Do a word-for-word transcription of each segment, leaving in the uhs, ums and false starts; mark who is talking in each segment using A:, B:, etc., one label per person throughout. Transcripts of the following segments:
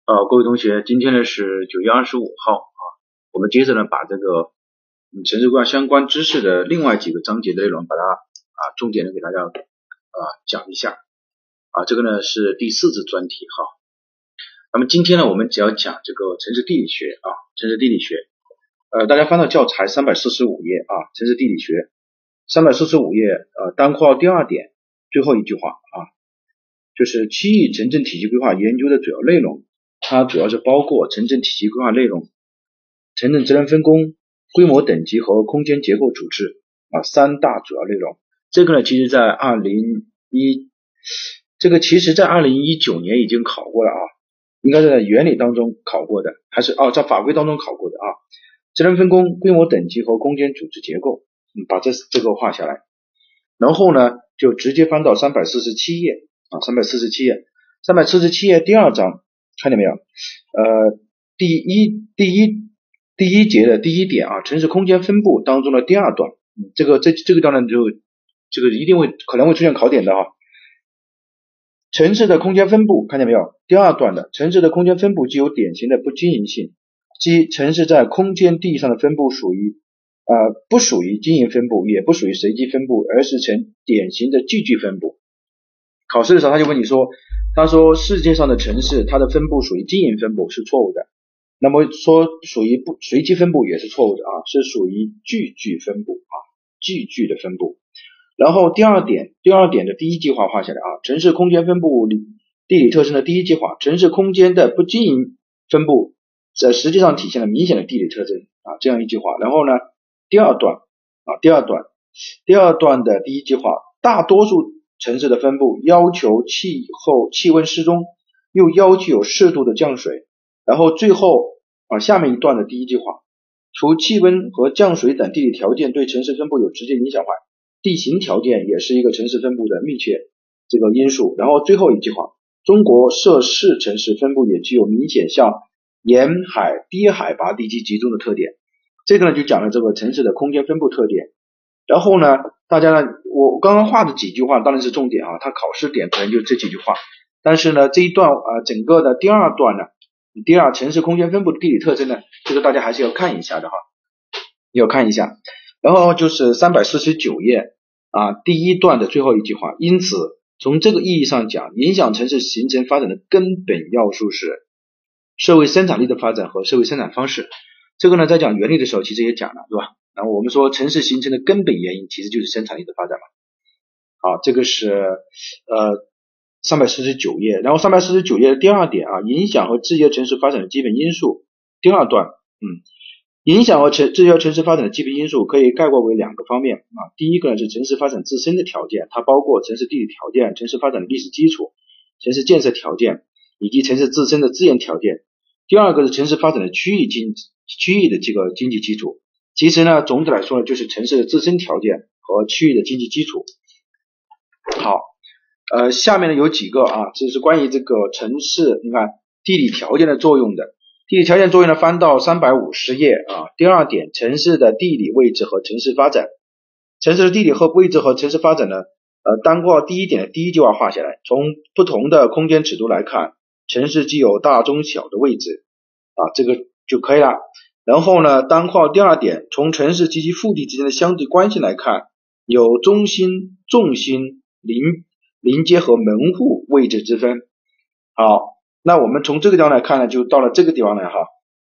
A: 呃，各位同学，今天呢是九月二十五号啊，我们接着呢把这个嗯城市规划相关知识的另外几个章节的内容，把它啊重点的给大家啊讲一下啊，这个呢是第四次专题哈。那么今天呢我们只要讲这个城市地理学啊，城市地理学，呃，大家翻到教材三百四十五页啊，城市地理学三百四十五页呃单括号第二点最后一句话啊，就是区域城镇体系规划研究的主要内容。它主要是包括城镇体系规划内容、城镇职能分工、规模等级和空间结构组织啊三大主要内容。这个呢，其实在二零一这个其实在二零一九年已经考过了啊，应该是在原理当中考过的，还是哦在法规当中考过的啊。职能分工、规模等级和空间组织结构，嗯，把这这个画下来，然后呢就直接翻到三百四十七页啊，三百四十七页，三百四十七页第二章。看见没有？呃，第一第一第一节的第一点啊，城市空间分布当中的第二段，嗯、这个这这个当然就这个一定会可能会出现考点的哈。城市的空间分布看见没有？第二段的城市的空间分布具有典型的不均匀性，即城市在空间地上的分布属于呃不属于经营分布，也不属于随机分布，而是呈典型的聚聚分布。考试的时候他就问你说，他说世界上的城市它的分布属于经营分布是错误的，那么说属于不随机分布也是错误的啊，是属于聚聚分布啊，聚聚的分布。然后第二点，第二点的第一句话画下来啊，城市空间分布地理特征的第一句话，城市空间的不经营分布在实际上体现了明显的地理特征啊，这样一句话。然后呢，第二段啊，第二段，第二段的第一句话，大多数城市的分布要求气候气温适中，又要求有适度的降水。然后最后啊，下面一段的第一句话，除气温和降水等地理条件对城市分布有直接影响外，地形条件也是一个城市分布的密切这个因素。然后最后一句话，中国涉市城市分布也具有明显向沿海低海拔地区集中的特点。这个呢就讲了这个城市的空间分布特点。然后呢，大家呢，我刚刚画的几句话当然是重点啊，它考试点可能就这几句话。但是呢，这一段呃整个的第二段呢，第二城市空间分布的地理特征呢，这个大家还是要看一下的哈，要看一下。然后就是三百四十九页啊，第一段的最后一句话，因此从这个意义上讲，影响城市形成发展的根本要素是社会生产力的发展和社会生产方式。这个呢，在讲原理的时候其实也讲了，对吧？然后我们说城市形成的根本原因其实就是生产力的发展嘛。好，这个是呃三百四十九页，然后三百四十九页的第二点啊，影响和制约城市发展的基本因素。第二段，嗯，影响和制约城市发展的基本因素可以概括为两个方面啊。第一个呢是城市发展自身的条件，它包括城市地理条件、城市发展的历史基础、城市建设条件以及城市自身的资源条件。第二个是城市发展的区域经区域的这个经济基础。其实呢，总的来说呢，就是城市的自身条件和区域的经济基础。好，呃，下面呢有几个啊，这是关于这个城市，你看地理条件的作用的。地理条件作用呢，翻到三百五十页啊。第二点，城市的地理位置和城市发展。城市的地理和位置和城市发展呢，呃，单括第一点的第一句话画下来。从不同的空间尺度来看，城市既有大、中、小的位置啊，这个就可以了。然后呢，单括第二点，从城市及其腹地之间的相对关系来看，有中心、重心、临临街和门户位置之分。好，那我们从这个地方来看呢，就到了这个地方来哈。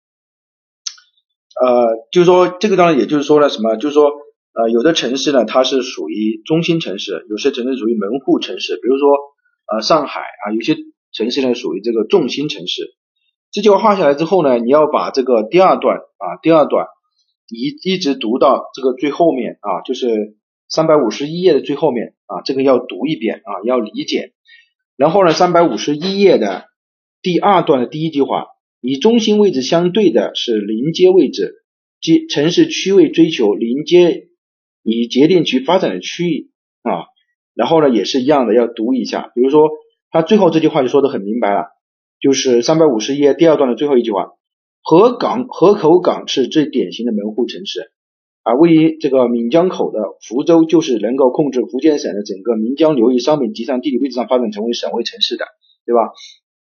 A: 呃，就是说这个当然也就是说了什么，就是说呃有的城市呢它是属于中心城市，有些城市属于门户城市，比如说呃上海啊，有些城市呢属于这个重心城市。这句话画下来之后呢，你要把这个第二段啊，第二段一一直读到这个最后面啊，就是三百五十一页的最后面啊，这个要读一遍啊，要理解。然后呢，三百五十一页的第二段的第一句话，与中心位置相对的是临街位置，即城市区位追求临街以决定其发展的区域啊。然后呢，也是一样的要读一下，比如说他最后这句话就说得很明白了。就是三百五十页第二段的最后一句话，河港河口港是最典型的门户城市啊，位于这个闽江口的福州就是能够控制福建省的整个闽江流域商品集散地理位置上发展成为省会城市的，对吧？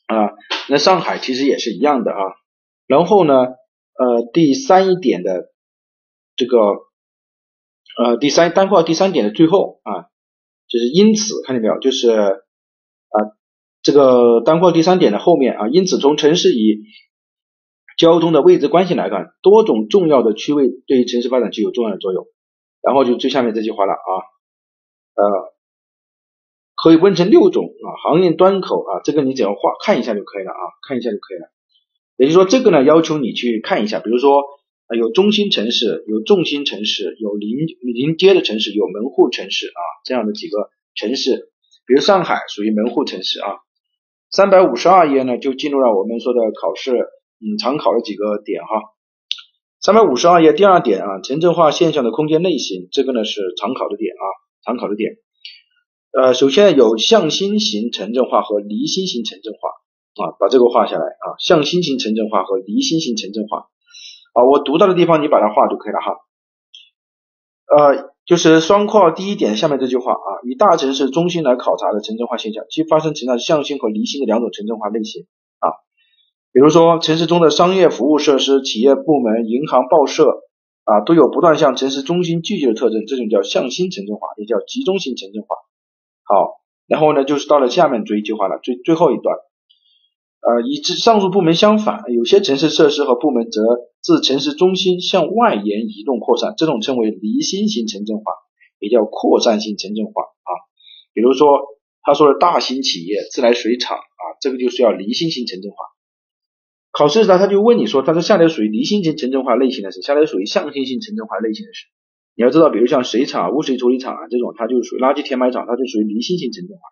A: 啊。那上海其实也是一样的啊。然后呢，呃，第三一点的这个呃第三单括第三点的最后啊，就是因此，看见没有？就是啊这个单括第三点的后面啊，因此从城市以交通的位置关系来看，多种重要的区位对于城市发展具有重要的作用。然后就最下面这句话了啊，呃，可以分成六种啊，行业端口啊，这个你只要画看一下就可以了啊，看一下就可以了。也就是说，这个呢要求你去看一下，比如说啊，有中心城市，有重心城市，有临临街的城市，有门户城市啊，这样的几个城市，比如上海属于门户城市啊。三百五十二页呢就进入了我们说的考试嗯常考的几个点哈。三百五十二页第二点啊，城镇化现象的空间类型，这个呢是常考的点啊，常考的点。呃，首先有向心型城镇化和离心型城镇化啊，把这个画下来啊，向心型城镇化和离心型城镇化啊，我读到的地方你把它画就可以了哈。呃，就是双括第一点下面这句话啊，以大城市中心来考察的城镇化现象，其发生存在向心和离心的两种城镇化类型啊。比如说城市中的商业服务设施、企业部门、银行、报社啊，都有不断向城市中心聚集的特征，这种叫向心城镇化，也叫集中型城镇化。好，然后呢就是到了下面这一句话了，最最后一段。呃，与上述部门相反，有些城市设施和部门则自城市中心向外延移动扩散，这种称为离心型城镇化，也叫扩散性城镇化啊。比如说他说的大型企业、自来水厂啊，这个就是要离心型城镇化。考试呢他就问你说，他说下列属于离心型城镇化类型的是，下列属于向心型城镇化类型的是。你要知道，比如像水厂、污水处理厂啊这种，它就属于垃圾填埋场，它就属于离心型城镇化。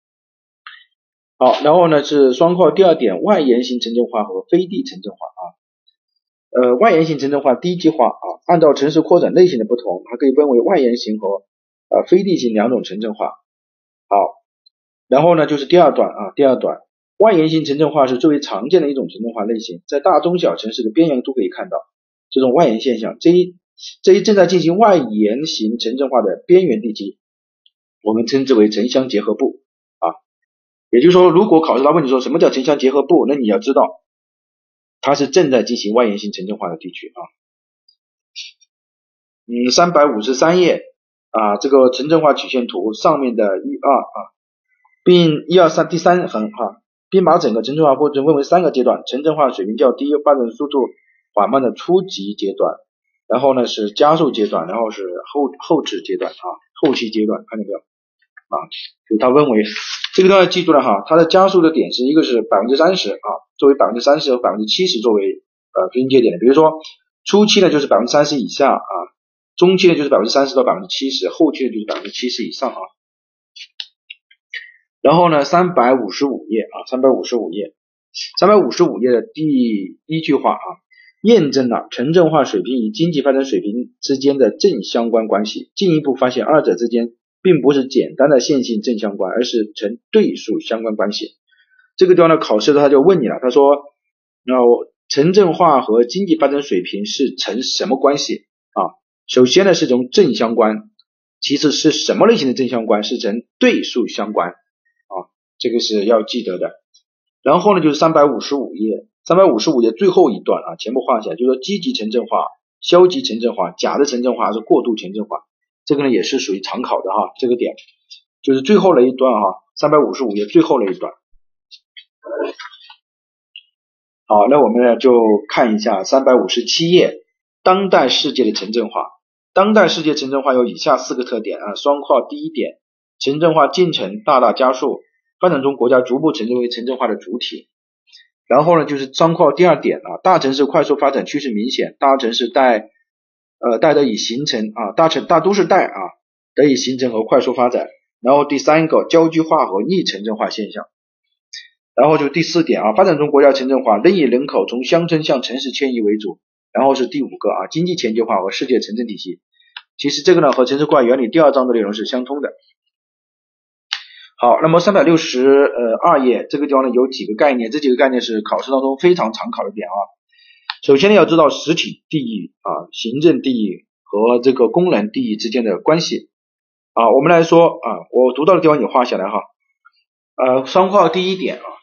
A: 好，然后呢是双括第二点，外延型城镇化和飞地城镇化啊。呃，外延型城镇化第一句话啊，按照城市扩展类型的不同，它可以分为外延型和呃飞地型两种城镇化。好，然后呢就是第二段啊，第二段，外延型城镇化是最为常见的一种城镇化类型，在大中小城市的边缘都可以看到这种外延现象。这一这一正在进行外延型城镇化的边缘地区，我们称之为城乡结合部啊。也就是说，如果考试他问你说什么叫城乡结合部，那你要知道它是正在进行外延型城镇化的地区啊。嗯，三百五十三页啊，这个城镇化曲线图上面的一二啊，并一二三第三横啊，并把整个城镇化过程分为三个阶段：城镇化水平较低、发展速度缓慢的初级阶段，然后呢是加速阶段，然后是后后置阶段啊，后期阶段，看见没有啊？就他分为这个都要记住了哈，它的加速的点是一个是百分之三十啊，作为百分之三十和百分之七十作为呃分界点的。比如说初期呢就是百分之三十以下啊，中期呢就是百分之三十到百分之七十，后期呢就是百分之七十以上啊。然后呢三百五十五页啊，三百五十五页，三百五十五页的第一句话啊，验证了城镇化水平与经济发展水平之间的正相关关系，进一步发现二者之间并不是简单的线性正相关，而是呈对数相关关系。这个地方呢考试他就问你了，他说那城镇化和经济发展水平是成什么关系啊？首先呢是从正相关，其次是什么类型的正相关，是呈对数相关啊，这个是要记得的。然后呢就是三百五十五页，三百五十五页最后一段啊，全部画起来，就是说积极城镇化、消极城镇化、假的城镇化还是过度城镇化，这个呢也是属于常考的哈，这个点就是最后的一段哈，三百五十五页最后的一段。好，那我们呢就看一下三百五十七页，当代世界的城镇化。当代世界城镇化有以下四个特点啊，双括第一点，城镇化进程大大加速，发展中国家逐步成为城镇化的主体。然后呢就是双括第二点啊，大城市快速发展趋势明显，大城市带呃带得以形成啊，大城大都市带啊得以形成和快速发展。然后第三个郊区化和逆城镇化现象。然后就第四点啊，发展中国家城镇化仍以人口从乡村向城市迁移为主。然后是第五个啊，经济前进化和世界城镇体系。其实这个呢和城市规划原理第二章的内容是相通的。好，那么三百六十二页这个地方呢有几个概念，这几个概念是考试当中非常常考的点啊。首先呢要知道实体地域啊、行政地域和这个功能地域之间的关系啊。我们来说啊，我读到的地方你画下来哈。呃，双括第一点啊，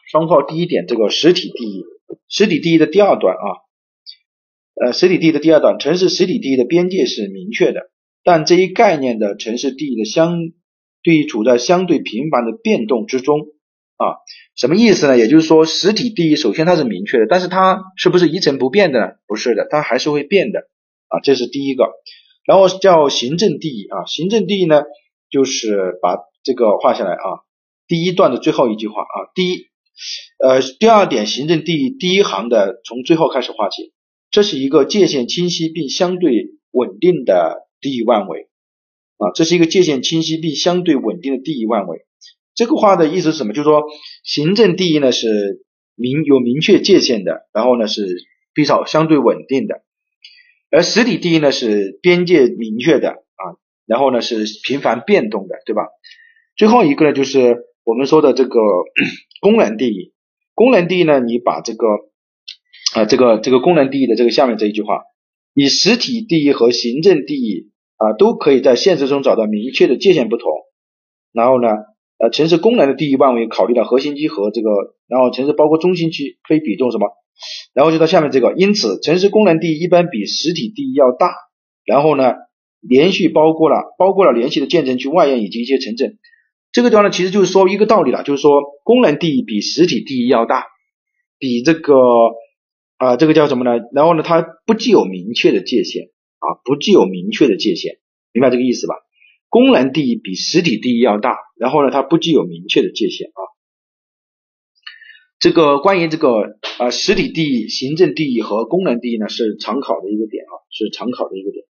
A: 双括号第一点，这个实体地义，实体地义的第二段啊，呃，实体地义的第二段，城市实体地义的边界是明确的，但这一概念的城市地义的相对处在相对频繁的变动之中啊，什么意思呢？也就是说，实体地义首先它是明确的，但是它是不是一成不变的呢？不是的，它还是会变的啊，这是第一个。然后叫行政地义啊，行政地义呢，就是把这个画下来啊，第一段的最后一句话啊，第一呃第二点行政地义第一行的从最后开始画起，这是一个界限清晰并相对稳定的地义万维啊，这是一个界限清晰并相对稳定的地义万维。这个话的意思是什么？就是说行政地义呢是明有明确界限的，然后呢是比较相对稳定的。而实体地义呢是边界明确的啊，然后呢是频繁变动的，对吧？最后一个呢就是我们说的这个功能地义。功能地义呢，你把这个啊这个这个功能地义的这个下面这一句话，以实体地义和行政地义啊都可以在现实中找到明确的界限不同。然后呢，呃，城市功能的地义万维考虑到核心区和这个，然后城市包括中心区非比重什么。然后就到下面这个，因此城市功能地义一般比实体地义要大，然后呢连续包括了包括了联系的建成区外沿以及一些城镇。这个地方呢其实就是说一个道理了，就是说功能地义比实体地义要大，比这个啊、呃、这个叫什么呢？然后呢它不具有明确的界限啊，不具有明确的界限，明白这个意思吧？功能地义比实体地义要大，然后呢它不具有明确的界限啊。这个关于这个呃实体地义、行政地义和功能地义呢是常考的一个点啊，是常考的一个点。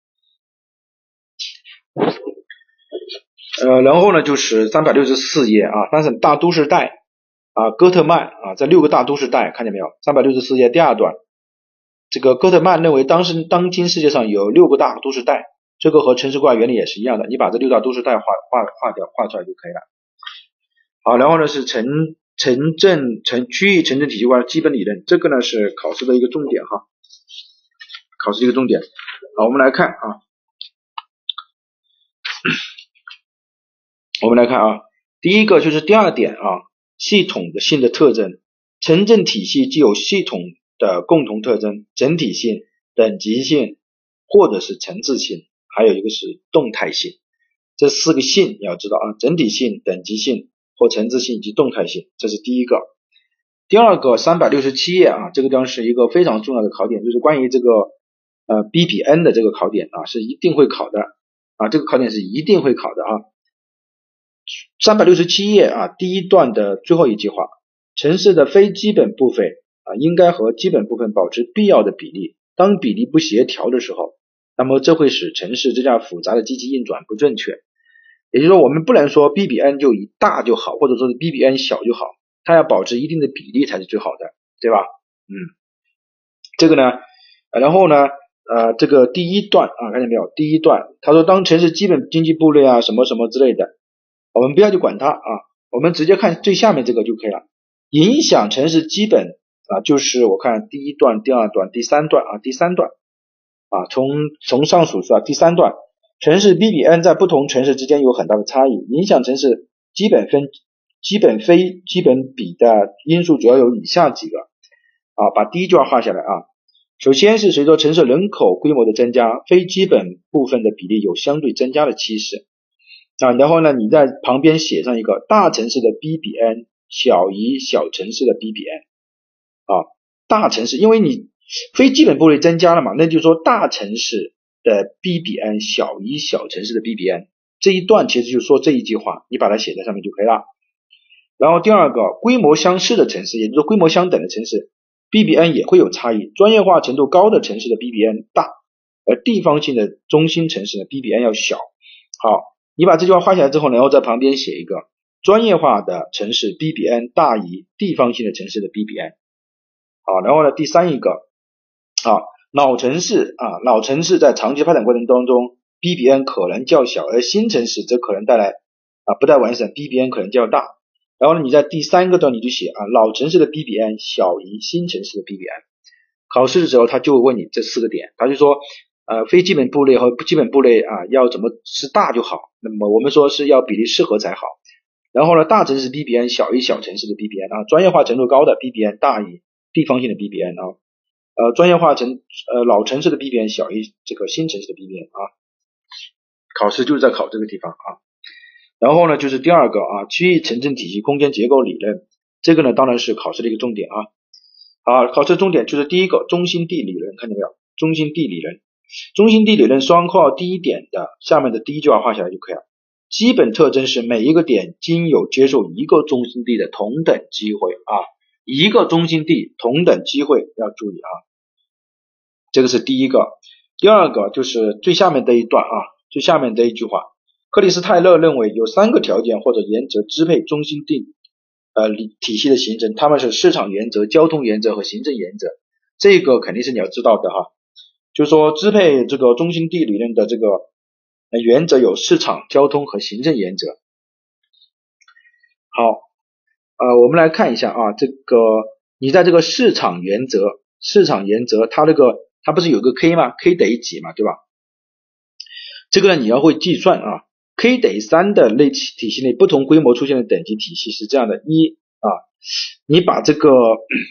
A: 呃，然后呢就是三百六十四页啊，但是大都市带啊，哥特曼啊，这六个大都市带看见没有？三百六十四页第二段，这个哥特曼认为当时当今世界上有六个大都市带，这个和城市规划原理也是一样的，你把这六大都市带画画画掉画出来就可以了。好，然后呢是城城镇城区域城镇体系化基本理论，这个呢是考试的一个重点哈，考试的一个重点。好，我们来看啊，我们来看啊，第一个就是第二点啊，系统的性的特征。城镇体系既有系统的共同特征，整体性、等级性或者是层次性，还有一个是动态性。这四个性你要知道啊，整体性、等级性或层次性以及动态性，这是第一个。第二个三百六十七页啊，这个地方是一个非常重要的考点，就是关于这个呃 B 比 N 的这个考点啊，是一定会考的啊，这个考点是一定会考的啊。三百六十七页啊，第一段的最后一句话，城市的非基本部分啊应该和基本部分保持必要的比例，当比例不协调的时候，那么这会使城市这样复杂的机器运转不正确。也就是说我们不能说 B 比 N 就以大就好，或者说是 B 比 N 小就好，它要保持一定的比例才是最好的，对吧？嗯，这个呢然后呢呃这个第一段啊，看见没有？第一段他说当城市基本经济部类啊什么什么之类的，我们不要去管它啊，我们直接看最下面这个就可以了。影响城市基本啊，就是我看第一段、第二段、第三段啊，第三段啊，从从上数是吧？第三段，城市 B 比 N 在不同城市之间有很大的差异，影响城市基本分基本非基本比的因素主要有以下几个啊，把第一句话画下来啊。首先是随着城市人口规模的增加，非基本部分的比例有相对增加的趋势啊，然后呢，你在旁边写上一个大城市的 B 比 N 小于小城市的 B 比 N 啊，大城市因为你非基本部类增加了嘛，那就是说大城市的 B 比 N 小于小城市的 B 比 N， 这一段其实就是说这一句话，你把它写在上面就可以了。然后第二个，规模相似的城市，也就是说规模相等的城市 B 比 N 也会有差异，专业化程度高的城市的 B 比 N 大，而地方性的中心城市的 B 比 N 要小。好，你把这句话画下来之后，然后在旁边写一个专业化的城市 B 比 N 大于地方性的城市的 B 比 N。 好，然后呢第三一个啊，老城市啊，老城市在长期发展过程当中 B 比 N 可能较小，而新城市则可能带来啊不太完整 B 比 N 可能较大。然后呢你在第三个段你就写啊，老城市的 B 比 N 小于新城市的 B 比 N。 考试的时候他就会问你这四个点，他就说呃非基本部类和不基本部类啊要怎么是大就好，那么我们说是要比例适合才好， 然后呢，大城市 P B N 小于小城市的 P B N 啊，专业化程度高的 P B N 大于地方性的 P B N 啊，呃，专业化城呃老城市的 P B N 小于这个新城市的 P B N 啊，考试就是在考这个地方啊。然后呢，就是第二个啊，区域城镇体系空间结构理论，这个呢当然是考试的一个重点啊。啊，考试重点就是第一个中心地理论，看见没有？中心地理论，中心地理论双括号第一点的下面的第一句话画下来就可以了。基本特征是每一个点均有接受一个中心地的同等机会啊，一个中心地同等机会要注意啊，这个是第一个。第二个就是最下面这一段啊，最下面这一句话，克里斯泰勒认为有三个条件或者原则支配中心地呃体系的形成，它们是市场原则、交通原则和行政原则。这个肯定是你要知道的哈，就是说支配这个中心地理论的这个原则有市场、交通和行政原则。好，呃，我们来看一下啊，这个你在这个市场原则，市场原则它这个它不是有个 K 吗 ？K 等于几嘛，对吧？这个呢你要会计算啊 ，K 等于三的类体系内不同规模出现的等级体系是这样的，一啊，你把这个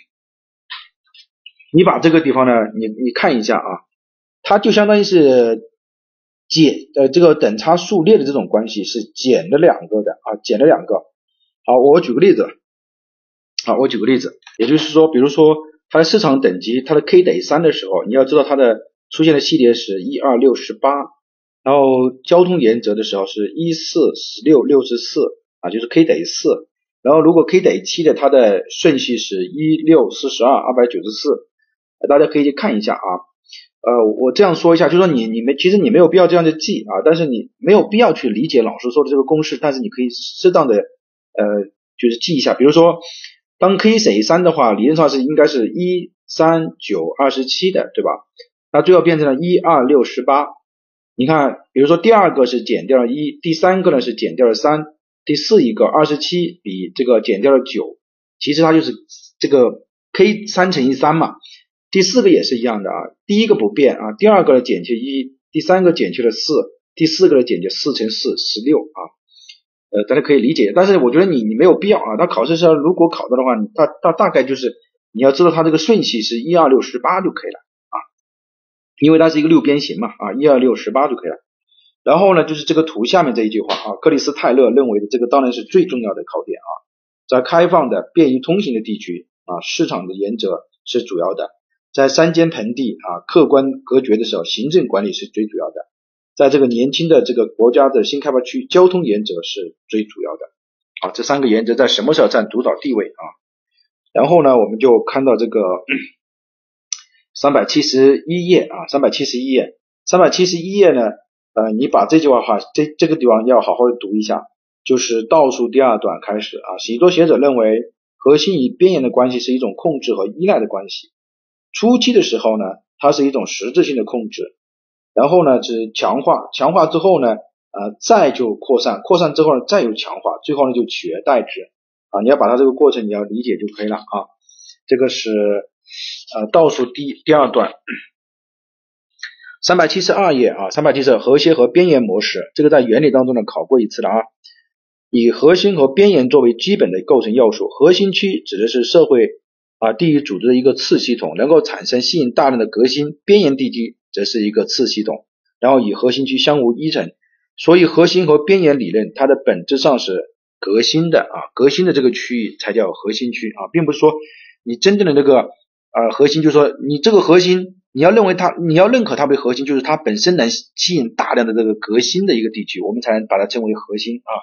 A: 你把这个地方呢，你你看一下啊，它就相当于是减呃这个等差数列的这种关系是减了两个的啊，减了两个。好，我举个例子，好，我举个例子，也就是说，比如说它的市场等级，它的 K 等于三的时候，你要知道它的出现的系列是一二六十八，然后交通原则的时候是一四十六六十四啊，就是 K 等于四，然后如果 K 等于七的，它的顺序是一六四十二二百九十四，大家可以去看一下啊。呃，我这样说一下，就是说你你没其实你没有必要这样的记啊，但是你没有必要去理解老师说的这个公式，但是你可以适当的呃就是记一下，比如说当 K 等于三的话，理论上是应该是一三九二十七的，对吧？那最后变成了一二六十八。你看，比如说第二个是减掉了一，第三个呢是减掉了三，第四一个二十七比这个减掉了九，其实它就是这个 K 三乘以三嘛。第四个也是一样的啊，第一个不变啊，第二个减去一，第三个减去了四，第四个减去四乘四十六啊，呃，大家可以理解，但是我觉得你你没有必要啊，他考试上如果考到的话，你大大大概就是你要知道它这个顺序是一二六十八就可以了啊，因为它是一个六边形嘛啊，一二六十八就可以了。然后呢，就是这个图下面这一句话啊，克里斯泰勒认为的这个当然是最重要的考点啊，在开放的便于通行的地区啊，市场的原则是主要的。在山间盆地啊，客观隔绝的时候，行政管理是最主要的。在这个年轻的这个国家的新开发区，交通原则是最主要的。啊，这三个原则在什么时候占主导地位啊？然后呢，我们就看到这个三百七十一页啊，三百七十一页，三百七十一页呢，呃，你把这句话话，这这个地方要好好的读一下，就是倒数第二段开始啊。许多学者认为，核心与边缘的关系是一种控制和依赖的关系。初期的时候呢，它是一种实质性的控制，然后呢是强化，强化之后呢，呃，再就扩散，扩散之后呢再有强化，最后呢就取而代之啊。你要把它这个过程你要理解就可以了啊。这个是呃倒数第第二段，三百七十二页啊，三百七十二核心和边缘模式，这个在原理当中呢考过一次了啊。以核心和边缘作为基本的构成要素，核心区指的是社会啊，地域组织的一个次系统，能够产生吸引大量的革新，边缘地区则是一个次系统，然后与核心区相互依存，所以核心和边缘理论它的本质上是革新的啊，革新的这个区域才叫核心区啊，并不是说你真正的那个呃核心，就是说你这个核心你要认为它，你要认可它为核心，就是它本身能吸引大量的这个革新的一个地区，我们才能把它称为核心啊。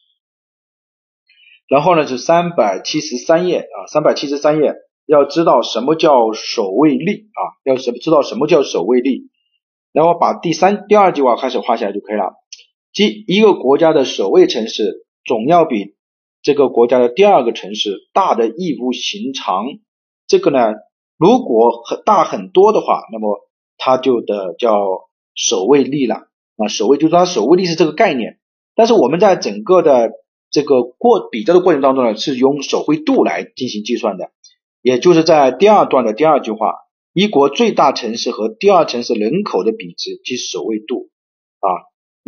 A: 然后呢是三百七十三页啊，三百七十三页要知道什么叫守卫力啊，要知道什么叫守卫力，然后把第三第二句话开始画下来就可以了。即一个国家的守卫城市总要比这个国家的第二个城市大的异乎寻常，这个呢如果很大很多的话，那么它就的叫守卫力了啊，守卫就是它守卫力是这个概念，但是我们在整个的这个过比较的过程当中呢，是用守卫度来进行计算的，也就是在第二段的第二句话，一国最大城市和第二城市人口的比值即守卫度啊。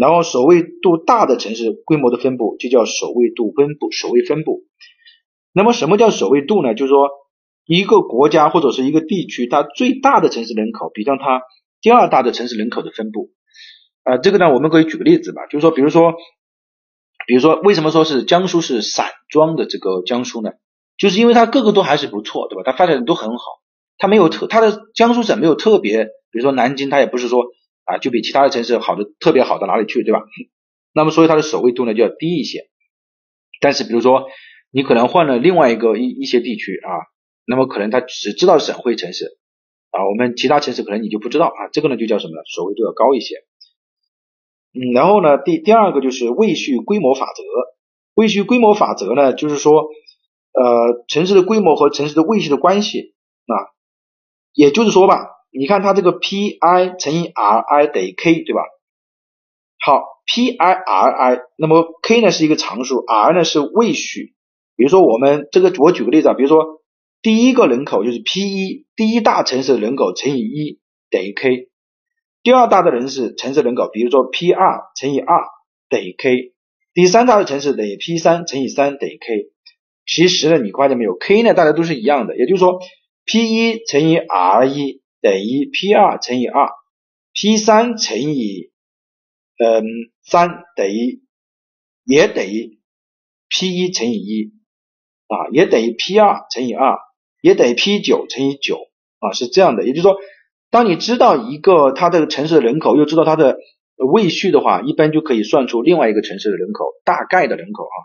A: 然后首位度大的城市规模的分布就叫首位度分布，首位分布。那么什么叫首位度呢？就是说一个国家或者是一个地区，它最大的城市人口比上它第二大的城市人口的分布。呃，这个呢，我们可以举个例子吧，就是说，比如说，比如说，为什么说是江苏是散装的这个江苏呢？就是因为它各个都还是不错，对吧？它发展的都很好，它没有特，它的江苏省没有特别，比如说南京，它也不是说啊就比其他的城市好的特别好到哪里去，对吧？那么所以它的首位度呢就要低一些。但是比如说你可能换了另外一个一一些地区啊，那么可能它只知道省会城市啊，我们其他城市可能你就不知道啊，这个呢就叫什么呢？首位度要高一些。嗯，然后呢，第第二个就是位序规模法则。位序规模法则呢，就是说，呃，城市的规模和城市的位序的关系啊，也就是说吧，你看它这个 P I 乘以 R I 等于 K， 对吧？好 ，P I R I， 那么 K 呢是一个常数 ，R 呢是位序。比如说我们这个，我举个例子啊，比如说第一个人口就是 P 一， 第一大城市的人口乘以一等于 K。第二大的人是城市人口，比如说 P 二 乘以二等于 K， 第三大的城市等于 P 三 乘以三等于 K。 其实呢，你发现没有， K 呢大家都是一样的，也就是说 P 一 乘以 R 一 等于 P 二 乘以二， P 三 乘以嗯三等于也等于 P 一 乘以一啊，也等于 P 二 乘以二，也等于 P 九 乘以九啊，是这样的。也就是说当你知道一个它的城市的人口，又知道它的位序的话，一般就可以算出另外一个城市的人口，大概的人口啊。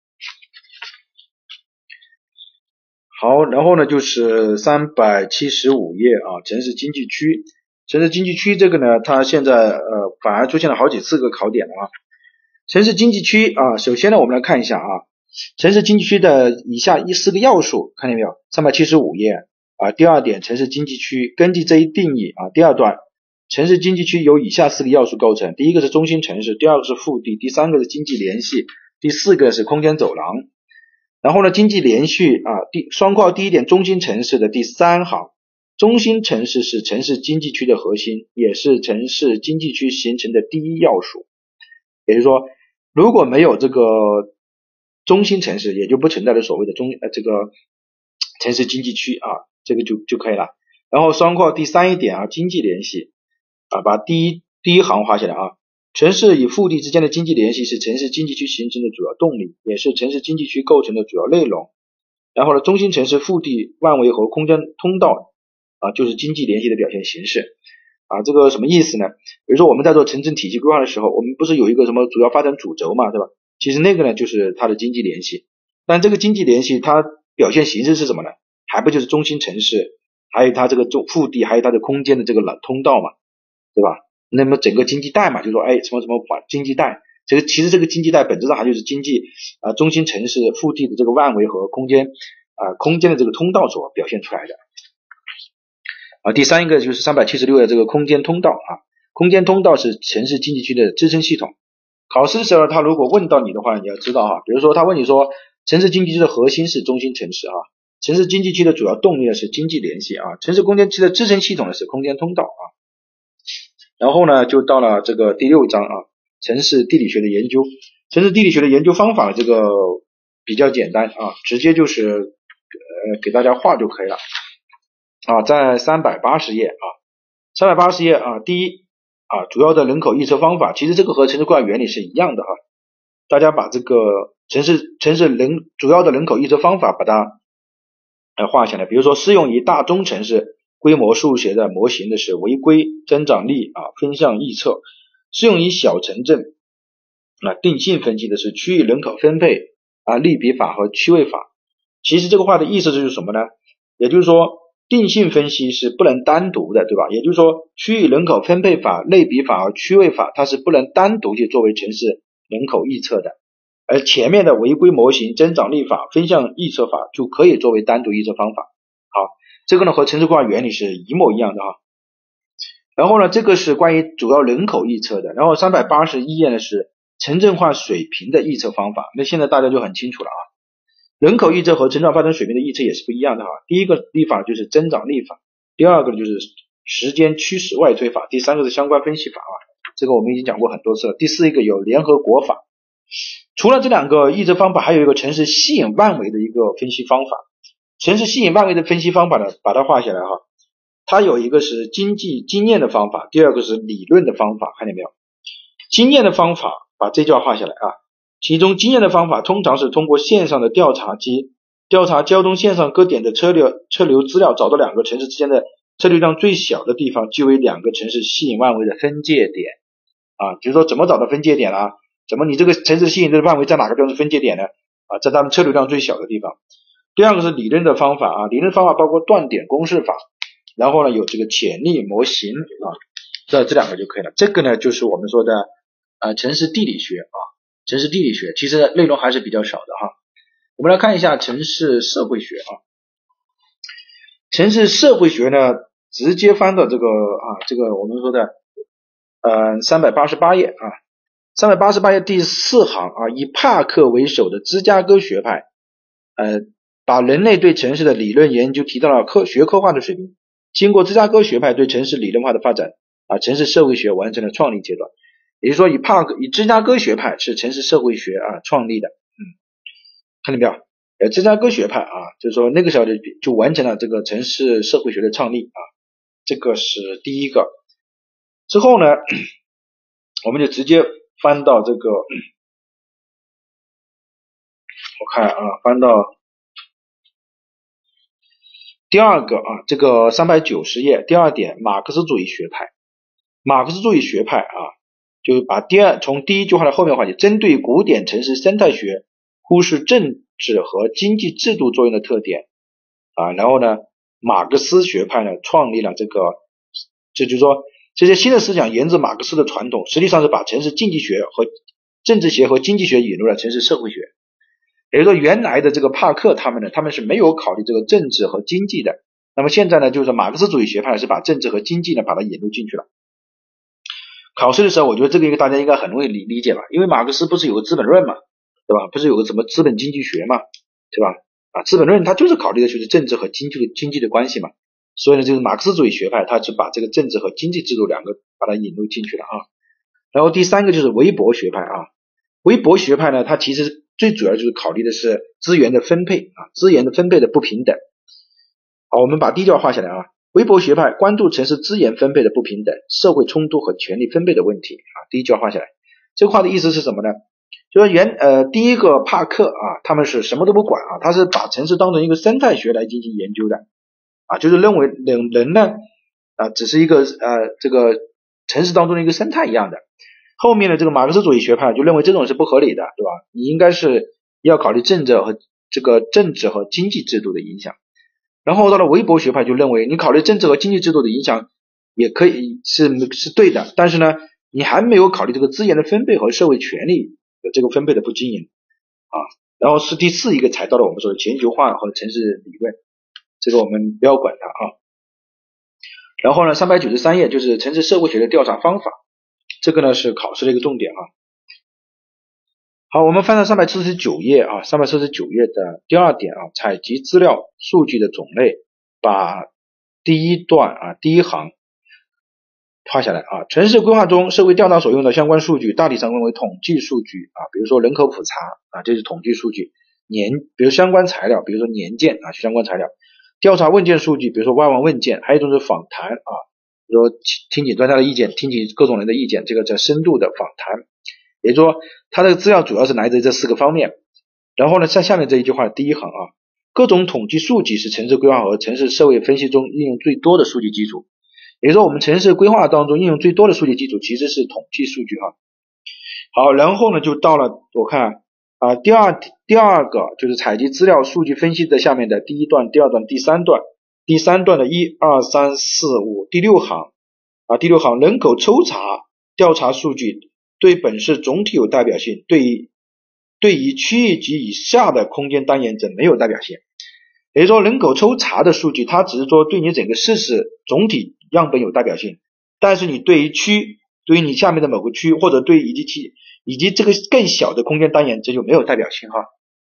A: 好，然后呢就是三百七十五页啊，城市经济区。城市经济区这个呢，它现在呃反而出现了好几次个考点了啊。城市经济区啊，首先呢我们来看一下啊，城市经济区的以下一四个要素，看见没有？三百七十五页。啊，第二点，城市经济区根据这一定义啊，第二段，城市经济区由以下四个要素构成，第一个是中心城市，第二个是腹地，第三个是经济联系，第四个是空间走廊。然后呢，经济连续啊，第双括号第一点，中心城市的第三行，中心城市是城市经济区的核心，也是城市经济区形成的第一要素。也就是说，如果没有这个中心城市，也就不存在的所谓的中呃这个城市经济区啊。这个就就可以了。然后双括第三一点啊，经济联系啊，把第一第一行画下来啊。城市与腹地之间的经济联系是城市经济区形成的主要动力，也是城市经济区构成的主要内容。然后呢，中心城市、腹地、万维和空间通道啊，就是经济联系的表现形式啊。这个什么意思呢？比如说我们在做城镇体系规划的时候，我们不是有一个什么主要发展主轴嘛，对吧？其实那个呢就是它的经济联系，但这个经济联系它表现形式是什么呢？还不就是中心城市，还有它这个腹地，还有它的空间的这个通道嘛，对吧？那么整个经济带嘛，就说哎什么什么经济带，这个其实这个经济带本质上还就是经济啊、呃、中心城市腹地的这个万维和空间啊、呃、空间的这个通道所表现出来的啊。第三一个就是三百七十六页这个空间通道啊，空间通道是城市经济区的支撑系统。考试的时候他如果问到你的话，你要知道哈，比如说他问你说城市经济区的核心是中心城市啊。城市经济区的主要动力呢是经济联系啊，城市空间区的支撑系统呢是空间通道啊。然后呢就到了这个第六章啊，城市地理学的研究。城市地理学的研究方法这个比较简单啊，直接就是呃给大家画就可以了啊，在三百八十页啊，三百八十页啊，第一啊，主要的人口预测方法，其实这个和城市规划原理是一样的哈，大家把这个城市城市人主要的人口预测方法把它呃画下来。比如说适用于大中城市规模数学的模型的是违规增长率啊分项预测，适用于小城镇啊定性分析的是区域人口分配啊类比法和区位法。其实这个话的意思就是什么呢？也就是说定性分析是不能单独的，对吧？也就是说区域人口分配法、类比法和区位法它是不能单独去作为城市人口预测的，而前面的违规模型、增长率法、分项预测法就可以作为单独预测方法。好，这个呢和城市规划原理是一模一样的哈。然后呢这个是关于主要人口预测的，然后三百八十一页呢是城镇化水平的预测方法。那现在大家就很清楚了啊，人口预测和城镇发展水平的预测也是不一样的哈。第一个历法就是增长率法，第二个就是时间趋势外推法，第三个是相关分析法啊。
B: 这个我们已经讲过很多次了。第四一个有联合国法，除了这两个议政方法，还有一个城市吸引范围的一个分析方法。城市吸引范围的分析方法呢，把它画下来哈。它有一个是经济经验的方法，第二个是理论的方法，看见没有？经验的方法把这句话画下来啊。其中经验的方法通常是通过线上的调查机调查交通线上各点的车流车流资料，找到两个城市之间的车流量最小的地方，即为两个城市吸引范围的分界点啊。就是说怎么找到分界点啊？怎么你这个城市吸引的范围在哪个地方是分界点呢？啊，在他们车流量最小的地方。第二个是理论的方法啊，理论方法包括断点公式法，然后呢有这个潜力模型啊，这这两个就可以了。这个呢就是我们说的呃城市地理学啊，城市地理学其实内容还是比较少的哈。我们来看一下城市社会学啊，城市社会学呢直接翻到这个啊这个我们说的呃三百八十八页啊，三百八十八页第四行啊，以帕克为首的芝加哥学派呃把人类对城市的理论研究提到了科学科化的水平。经过芝加哥学派对城市理论化的发展啊，城市社会学完成了创立阶段。也就是说以帕克以芝加哥学派是城市社会学啊创立的。嗯，看见没有？呃芝加哥学派啊，就是说那个时候就就完成了这个城市社会学的创立啊，这个是第一个。之后呢我们就直接翻到这个我看啊翻到第二个啊，这个三百九十页第二点，马克思主义学派。马克思主义学派啊，就把第二从第一句话的后面话题，针对古典城市生态学忽视政治和经济制度作用的特点啊，然后呢，马克思学派呢创立了这个，这就是说这些新的思想沿着马克思的传统，实际上是把城市经济学和政治学和经济学引入了城市社会学。也就是说原来的这个帕克他们呢，他们是没有考虑这个政治和经济的，那么现在呢就是马克思主义学派是把政治和经济呢把它引入进去了。考试的时候我觉得这个一个大家应该很容易理理解吧，因为马克思不是有个资本论嘛，对吧？不是有个什么资本经济学嘛，对吧？啊，资本论它就是考虑的就是政治和经济经济的关系嘛，所以呢这个马克思主义学派它是把这个政治和经济制度两个把它引入进去了啊。然后第三个就是韦伯学派啊，韦伯学派呢它其实最主要就是考虑的是资源的分配啊，资源的分配的不平等。好，我们把第一句话画下来啊。韦伯学派关注城市资源分配的不平等、社会冲突和权力分配的问题啊。第一句话画下来，这个话的意思是什么呢？就是原呃第一个帕克啊，他们是什么都不管啊，他是把城市当成一个生态学来进行研究的啊，就是认为人人呢啊只是一个呃这个城市当中的一个生态一样的。后面的这个马克思主义学派就认为这种是不合理的，对吧？你应该是要考虑政治和这个政治和经济制度的影响。然后到了韦伯学派就认为你考虑政治和经济制度的影响也可以是是对的，但是呢你还没有考虑这个资源的分配和社会权利的这个分配的不均匀啊。然后是第四一个才到了我们说的全球化和城市理论，这个我们不要管它啊。然后呢三百九十三页就是城市社会学的调查方法，这个呢是考试的一个重点啊。好，我们翻到三百四十九页啊，三百四十九页的第二点啊，采集资料数据的种类，把第一段啊第一行画下来啊。城市规划中社会调查所用的相关数据大体上分为统计数据啊，比如说人口普查啊，这是统计数据，年比如相关材料，比如说年鉴啊，相关材料，调查问卷数据，比如说外网问卷，还有一种是访谈啊，比如说听取专家的意见，听取各种人的意见，这个叫深度的访谈。也就是说它的资料主要是来自于这四个方面。然后呢在下面这一句话第一行啊，各种统计数据是城市规划和城市社会分析中应用最多的数据基础。也就是说我们城市规划当中应用最多的数据基础其实是统计数据哈。好，然后呢就到了我看啊第二第二个就是采集资料数据分析的下面的第一段、第二段、第三段，第三段的一二三四五第六行啊，第六行人口抽查调查数据对本市总体有代表性，对于对于区域及以下的空间单元则没有代表性。也就是说人口抽查的数据它只是说对你整个市市总体样本有代表性，但是你对于区对于你下面的某个区或者对以及其以及这个更小的空间单元这就没有代表性哈。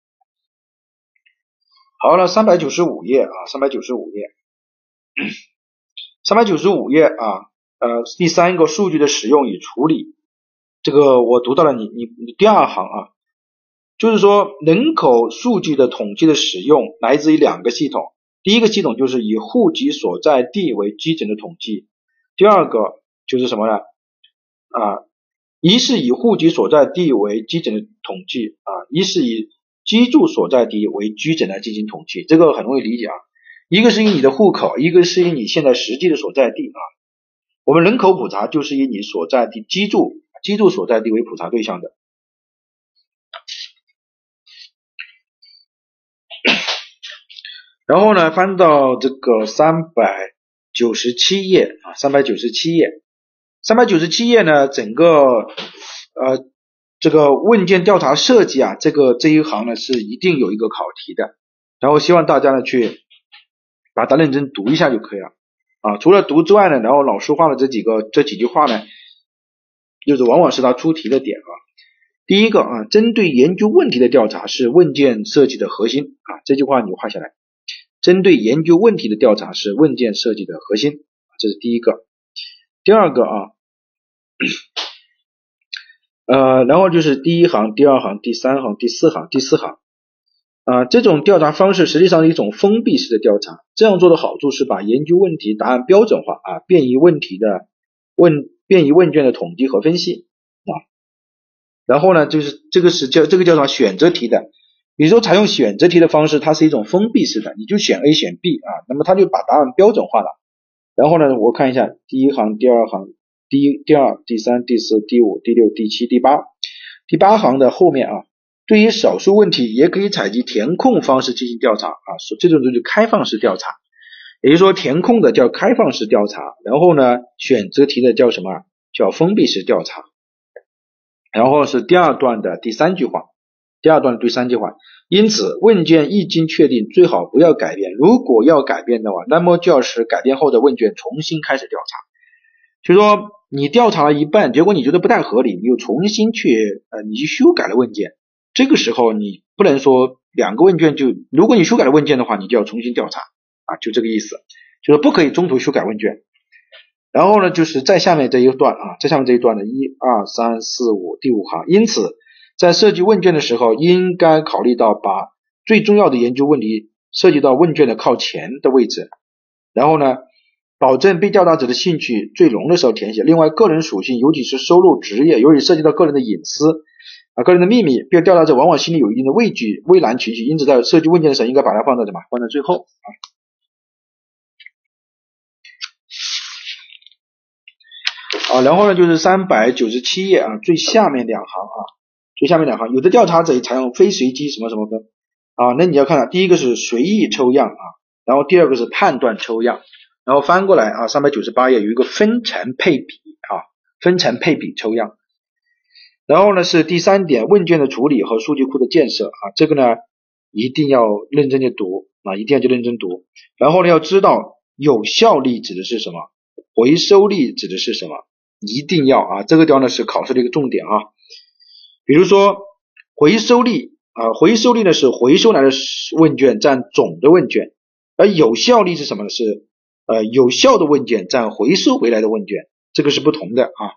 B: 好了，三百九十五页啊，三百九十五页三百九十五页啊呃，第三个数据的使用与处理，这个我读到了你你你第二行啊，就是说人口数据的统计的使用来自于两个系统，第一个系统就是以户籍所在地为基准的统计，第二个就是什么呢？啊，一是以户籍所在地为基准的统计啊，一是以居住所在地为基准来进行统计，这个很容易理解啊。一个是以你的户口，一个是以你现在实际的所在地啊。我们人口普查就是以你所在地居住居住所在地为普查对象的。然后呢，翻到这个三百九十七页啊，三百九十七页，三百九十七页呢，整个呃这个问卷调查设计啊，这个这一行呢是一定有一个考题的，然后希望大家呢去把它认真读一下就可以了啊。除了读之外呢，然后老师画的这几个这几句话呢，就是往往是他出题的点啊。第一个啊，针对研究问题的调查是问卷设计的核心啊，这句话你画下来。针对研究问题的调查是问卷设计的核心，这是第一个。第二个啊，呃，然后就是第一行、第二行、第三行、第四行、第四行啊，这种调查方式实际上是一种封闭式的调查，这样做的好处是把研究问题答案标准化啊，便于问题的问便于问卷的统计和分析啊。然后呢，就是这个是叫这个叫做选择题的。比如说采用选择题的方式，它是一种封闭式的，你就选 A 选 B 啊，那么它就把答案标准化了。然后呢，我看一下第一行、第二行、第一、第二、第三、第四、第五、第六、第七、第八，第八行的后面啊，对于少数问题也可以采集填空方式进行调查啊，这种就是开放式调查，也就是说填空的叫开放式调查，然后呢选择题的叫什么？叫封闭式调查。然后是第二段的第三句话。第二段的第三句话，因此问卷一经确定最好不要改变，如果要改变的话，那么就要使改变后的问卷重新开始调查。就是说你调查了一半，结果你觉得不太合理，你又重新去呃你去修改了问卷，这个时候你不能说两个问卷就，如果你修改了问卷的话，你就要重新调查啊，就这个意思，就是不可以中途修改问卷。然后呢，就是在下面这一段啊，在下面这一段的一二三四五第五行，因此在设计问卷的时候，应该考虑到把最重要的研究问题设计到问卷的靠前的位置，然后呢，保证被调查者的兴趣最浓的时候填写。另外，个人属性，尤其是收入、职业，由于涉及到个人的隐私啊、个人的秘密，被调查者往往心里有一定的畏惧、畏难情绪，因此在设计问卷的时候，应该把它放在什么？放在最后啊。啊，然后呢，就是三百九十七页啊，最下面两行啊。最下面两行，有的调查者采用非随机什么什么分啊，那你要看到第一个是随意抽样啊，然后第二个是判断抽样，然后翻过来啊，三百九十八页有一个分层配比啊，分层配比抽样，然后呢是第三点，问卷的处理和数据库的建设啊，这个呢一定要认真的读啊，一定要去认真读，然后呢要知道有效率指的是什么，回收率指的是什么，一定要啊，这个地方呢是考试的一个重点啊。比如说回收率啊，回收率呢是回收来的问卷占总的问卷，而有效率是什么呢？是呃有效的问卷占回收回来的问卷，这个是不同的啊。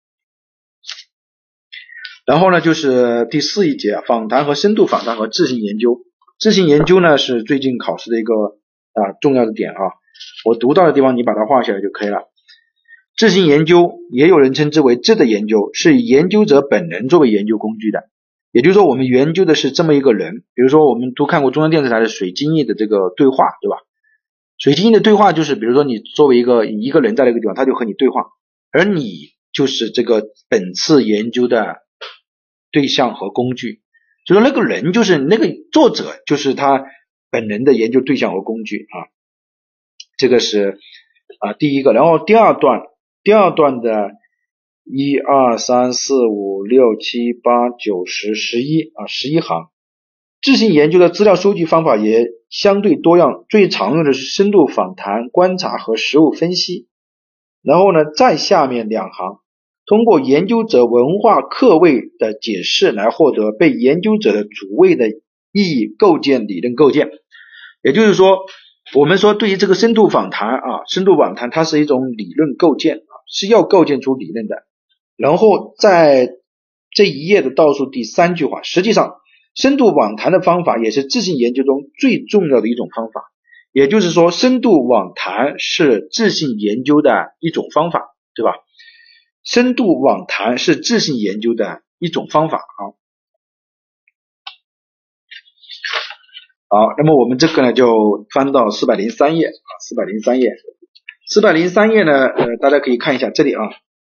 B: 然后呢就是第四一节，访谈和深度访谈和质性研究。质性研究呢是最近考试的一个啊重要的点啊，我读到的地方你把它画下来就可以了。质性研究也有人称之为质的研究，是以研究者本人作为研究工具的，也就是说我们研究的是这么一个人，比如说我们都看过中央电视台的水晶翼的这个对话，对吧？水晶翼的对话就是比如说你作为一个一个人在那个地方，他就和你对话，而你就是这个本次研究的对象和工具，所以说那个人就是那个作者就是他本人的研究对象和工具啊，这个是啊第一个。然后第二段第二段的一二三四五六七八九十十一啊十一行，质性研究的资料收集方法也相对多样，最常用的是深度访谈、观察和实物分析。然后呢，再下面两行，通过研究者文化客位的解释来获得被研究者的主谓的意义构建理论构建。也就是说，我们说对于这个深度访谈啊，深度访谈它是一种理论构建啊， 是要构建出理论的。然后在这一页的倒数第三句话，实际上深度网谈的方法也是质性研究中最重要的一种方法，也就是说深度网谈是质性研究的一种方法，对吧？深度网谈是质性研究的一种方法啊。好，那么我们这个呢就翻到四百零三页啊，四百零三页，四百零三页呢，呃，大家可以看一下这里啊。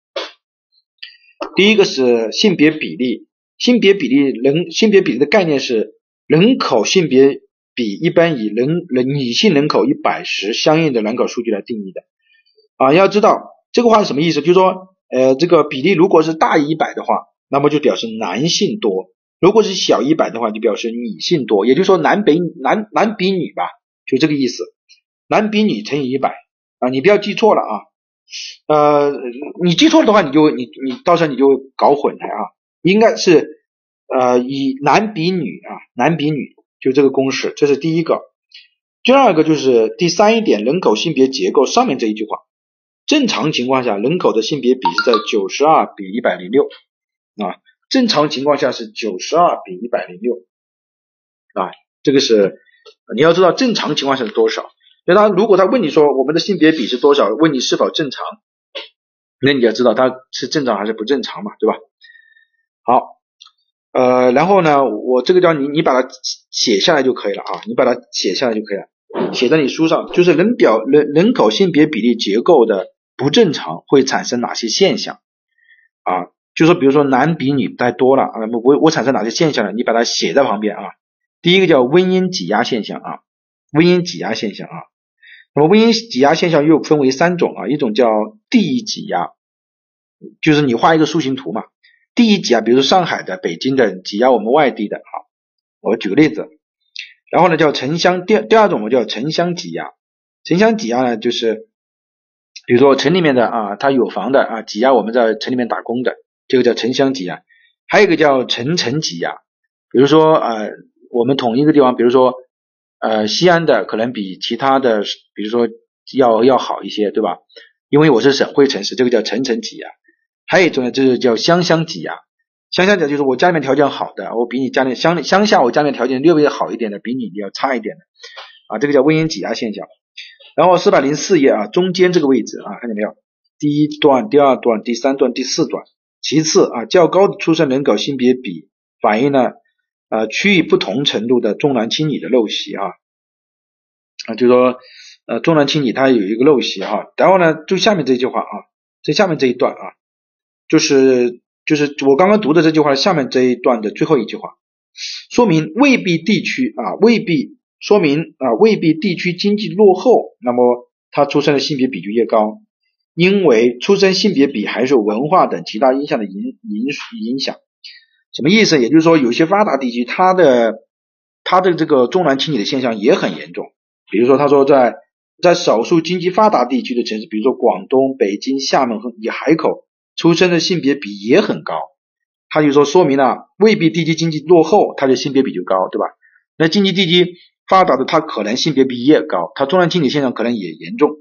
B: 第一个是性别比例，性别比例人性别比例的概念是人口性别比一般以人人女性人口一百时相应的人口数据来定义的啊。要知道这个话是什么意思，就是说呃这个比例如果是大于一百的话，那么就表示男性多。如果是小一百的话，就表示女性多，也就是说男比男男比女吧，就这个意思。男比女乘以一百啊，你不要记错了啊。呃，你记错了的话，你就你你到时候你就搞混了啊。应该是呃以男比女啊，男比女，就这个公式，这是第一个。第二个就是第三一点，人口性别结构上面这一句话，正常情况下人口的性别比是在九十二比一百零六啊。正常情况下是九十二比一百零六啊，这个是你要知道正常情况下是多少。那他如果他问你说我们的性别比是多少，问你是否正常，那你要知道它是正常还是不正常嘛，对吧？好，呃，然后呢，我这个叫你你把它写下来就可以了啊，你把它写下来就可以了，写在你书上，就是人表人人口性别比例结构的不正常会产生哪些现象啊？就说比如说男比女太多了啊，我我产生哪些现象呢？你把它写在旁边啊。第一个叫温因挤压现象啊，温因挤压现象啊。那么温因挤压现象又分为三种啊，一种叫地域挤压，就是你画一个树形图嘛，地域挤压，比如说上海的、北京的挤压我们外地的啊。我举个例子，然后呢叫城乡，第第二种我叫城乡挤压，城乡挤压呢就是比如说城里面的啊，他有房的啊，挤压我们在城里面打工的。这个叫城乡挤压，还有一个叫城城挤压，比如说呃，我们同一个地方，比如说呃，西安的可能比其他的，比如说要要好一些，对吧？因为我是省会城市，这个叫城城挤压。还有一种呢，就是叫乡乡挤压，乡乡挤压就是我家里面条件好的，我比你家里乡乡下我家里面条件略微好一点的，比你要差一点的啊，这个叫温因挤压现象。然后四百零四页啊，中间这个位置啊，看见没有？第一段、第二段、第三段、第四段。其次啊，较高的出生人口性别比反映了呃区域不同程度的重男轻女的陋习啊啊，就说呃重男轻女它有一个陋习哈。然后呢，就下面这句话啊，这下面这一段啊，就是就是我刚刚读的这句话下面这一段的最后一句话，说明未必地区啊未必说明啊未必地区经济落后，那么它出生的性别比就越高。因为出生性别比还受文化等其他因素的影影影响，什么意思？也就是说，有些发达地区，它的它的这个重男轻女的现象也很严重。比如说，他说在在少数经济发达地区的城市，比如说广东、北京、厦门和以海口，出生的性别比也很高。他就说，说明了未必地区经济落后，它的性别比就高，对吧？那经济地区发达的，它可能性别比也高，它重男轻女现象可能也严重。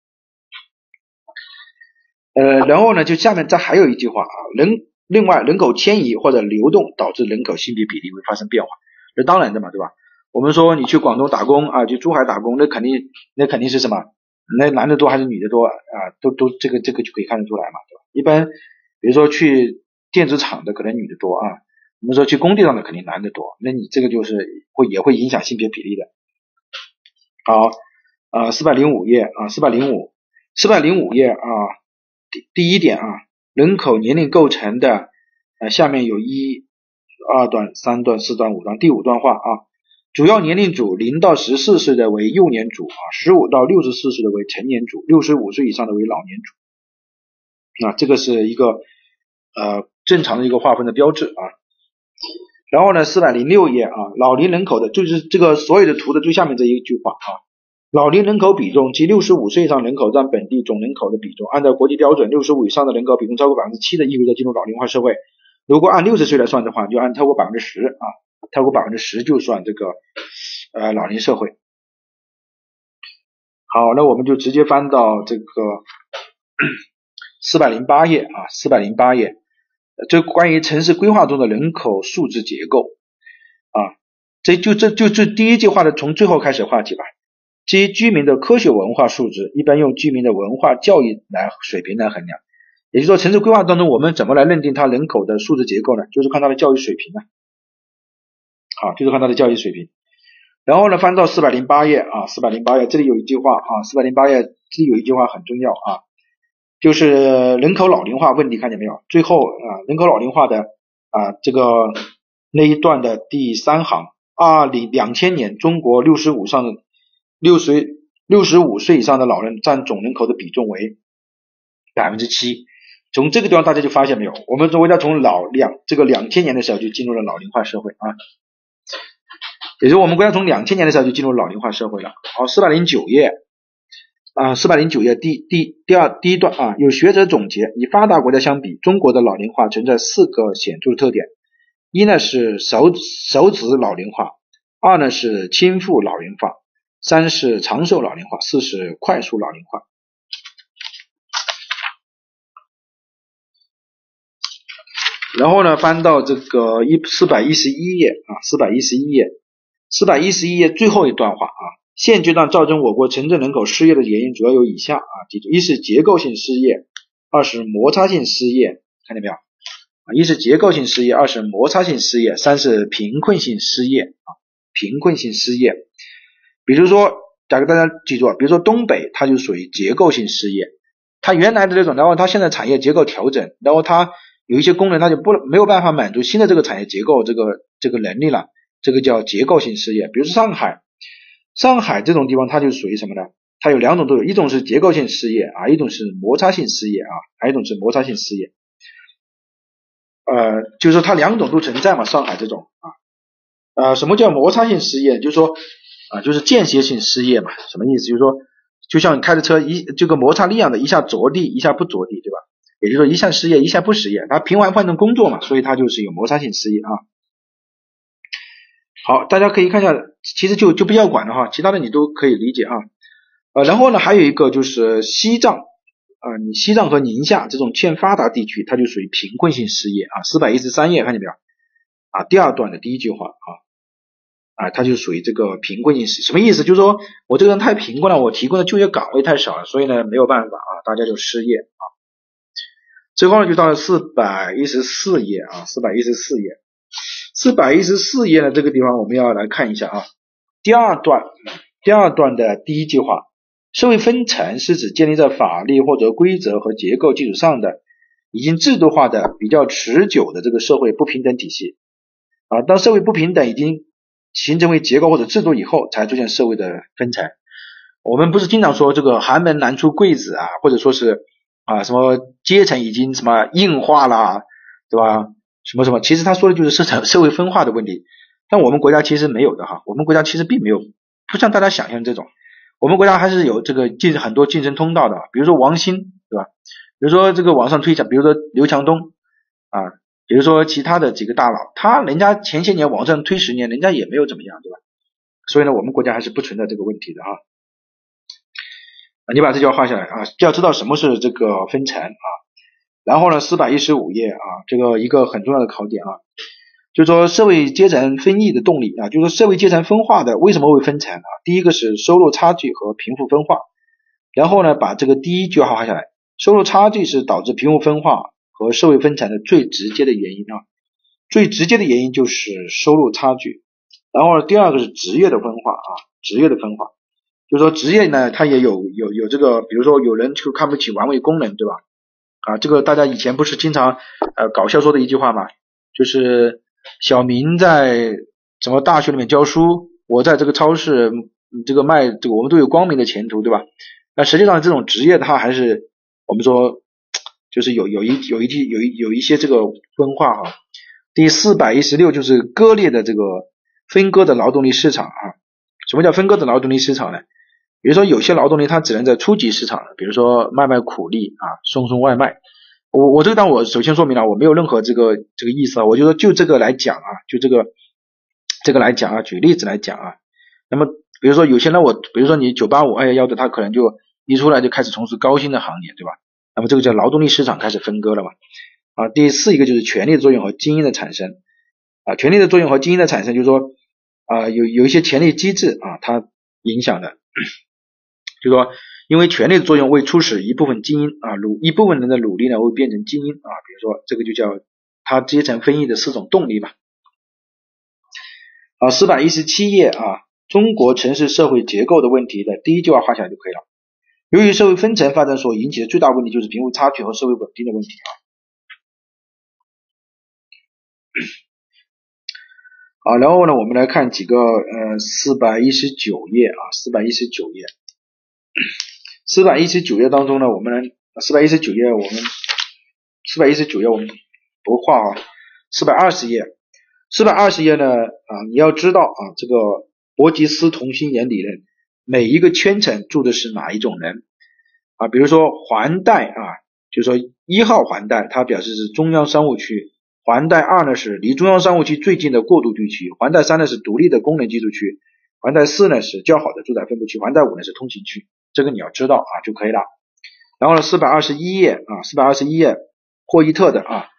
B: 呃，然后呢，就下面再还有一句话啊，人另外人口迁移或者流动导致人口性别比例会发生变化，这当然的嘛，对吧？我们说你去广东打工啊，去珠海打工，那肯定那肯定是什么？那男的多还是女的多啊？都都这个这个就可以看得出来嘛，对吧？一般比如说去电子厂的可能女的多啊，我们说去工地上的肯定男的多，那你这个就是会也会影响性别比例的。好，啊四百零五页啊四百零五 四百零五页啊。第第一点啊，人口年龄构成的呃下面有一二段、三段、四段、五段，第五段话啊，主要年龄组零到十四岁的为幼年组啊，十五到六十四岁的为成年组，六十五岁以上的为老年组。啊，这个是一个呃正常的一个划分的标志啊。然后呢，四百零六页啊，老龄人口的就是这个所有的图的最下面这一句话啊。老龄人口比重及六十五岁以上人口占本地总人口的比重，按照国际标准，六十五以上的人口比重超过 百分之七 的意味着进入老龄化社会。如果按六十岁来算的话，就按超过 百分之十 啊，超过 百分之十 就算这个呃老龄社会。好，那我们就直接翻到这个四百零八页啊，四百零八页，这关于城市规划中的人口素质结构啊，这就这就这第一句话的从最后开始画起吧。基于居民的科学文化素质，一般用居民的文化教育来水平来衡量。也就是说，城市规划当中我们怎么来认定它人口的素质结构呢？就是看它的教育水平啊，好，就是看它的教育水平。然后呢，翻到四百零八页啊，四百零八页这里有一句话啊，四百零八页这里有一句话很重要啊，就是人口老龄化问题，看见没有？最后啊，人口老龄化的啊这个那一段的第三行，二零两千年中国六十五上的六十六十五岁以上的老人占总人口的比重为百分之七。从这个地方大家就发现没有，我们国家从老两这个两千年的时候就进入了老龄化社会啊，也就是我们国家从两千年的时候就进入老龄化社会了。好，四百零九页啊，四百零九页第第第二第一段啊，有学者总结，与发达国家相比，中国的老龄化存在四个显著的特点。一呢是少少子老龄化，二呢是倾覆老龄化，三是长寿老龄化，四是快速老龄化。然后呢，翻到这个一四百一十一页啊，四百一十一页，四百一十一页最后一段话啊，现阶段造成我国城镇人口失业的原因主要有以下啊，记住，一是结构性失业，二是摩擦性失业，看见没有啊？一是结构性失业，二是摩擦性失业，三是贫困性失业啊，贫困性失业。比如说，假如大家记住啊，比如说东北，它就属于结构性失业，它原来的这种，然后它现在产业结构调整，然后它有一些功能它就不没有办法满足新的这个产业结构这个这个能力了，这个叫结构性失业。比如说上海，上海这种地方它就属于什么呢？它有两种都有，一种是结构性失业啊，一种是摩擦性失业啊，还有一种是摩擦性失业。呃，就是说它两种都存在嘛，上海这种啊，呃，什么叫摩擦性失业？就是说啊，就是间歇性失业嘛，什么意思？就是说，就像你开的车一这个摩擦力一样的，一下着地，一下不着地，对吧？也就是说，一下失业，一下不失业，它频繁换成工作嘛，所以它就是有摩擦性失业啊。好，大家可以看一下，其实就就不要管了哈，其他的你都可以理解啊。呃，然后呢，还有一个就是西藏。啊、呃，你西藏和宁夏这种欠发达地区，它就属于贫困性失业啊。四百一十三页看见没有？啊，第二段的第一句话啊，啊，它就属于这个贫困性失业，什么意思？就是说我这个人太贫困了，我提供的就业岗位太少了，所以呢没有办法啊，大家就失业啊。最后呢就到了四百一十四页啊，四百一十四页，四百一十四页的这个地方我们要来看一下啊，第二段，第二段的第一句话。社会分层是指建立在法律或者规则和结构基础上的已经制度化的比较持久的这个社会不平等体系啊。当社会不平等已经形成为结构或者制度以后，才出现社会的分层。我们不是经常说这个寒门难出贵子啊，或者说是啊什么阶层已经什么硬化了，对吧？什么什么，其实他说的就是社社会分化的问题。但我们国家其实没有的哈，我们国家其实并没有，不像大家想象这种。我们国家还是有这个进很多晋升通道的，比如说王兴，对吧？比如说这个往上推讲，比如说刘强东啊，比如说其他的几个大佬，他人家前些年往上推十年，人家也没有怎么样，对吧？所以呢，我们国家还是不存在这个问题的哈。啊，你把这句话画下来啊，要知道什么是这个分层啊。然后呢，四百一十五页啊，这个一个很重要的考点啊。就是说社会阶层分异的动力啊，就是说社会阶层分化的为什么会分层啊？第一个是收入差距和贫富分化，然后呢把这个第一句话画下来，收入差距是导致贫富分化和社会分层的最直接的原因啊，最直接的原因就是收入差距。然后第二个是职业的分化啊，职业的分化，就是说职业呢它也有有有这个，比如说有人就看不起环卫工人，对吧？啊，这个大家以前不是经常呃搞笑说的一句话嘛，就是小明在什么大学里面教书，我在这个超市这个卖这个，我们都有光明的前途，对吧？那实际上这种职业它还是我们说就是有有一有一些有一有一些这个分化哈。第四百一十六就是割裂的这个分割的劳动力市场啊。什么叫分割的劳动力市场呢？比如说有些劳动力它只能在初级市场，比如说卖卖苦力啊，送送外卖。我我这个当我首先说明了，我没有任何这个这个意思啊，我就说就这个来讲啊，就这个这个来讲啊，举例子来讲啊。那么比如说有些人我比如说你九八五二一一的，他可能就一出来就开始从事高薪的行业，对吧？ 那么这个叫劳动力市场开始分割了嘛。啊，第四一个就是权力的作用和精英的产生。啊，权力的作用和精英的产生，就是说啊，有有一些权力机制啊，它影响的，就是说因为权力的作用会促使一部分精英啊努一部分人的努力呢会变成精英啊，比如说这个就叫它阶层分异的四种动力吧。啊，四百一十七页啊，中国城市社会结构的问题的第一句话画下来就可以了。由于社会分层发展所引起的最大问题就是贫富差距和社会稳定的问题啊。好，然后呢，我们来看几个呃四百一十九页啊，四百一十九页，四百一十九页当中呢，我们四百一十九页我们四百一十九页我们不画啊，四百二十页，四百二十页呢啊，你要知道啊，这个伯吉斯同心圆理论，每一个圈层住的是哪一种人啊？比如说环带啊，就是说一号环带，它表示是中央商务区。环带二呢是离中央商务区最近的过渡地区，环带三呢是独立的功能居住区，环带四呢是较好的住宅分布区，环带五呢是通勤区，这个你要知道啊就可以了。然后呢四百二十一页啊，四百二十一页霍伊特的啊，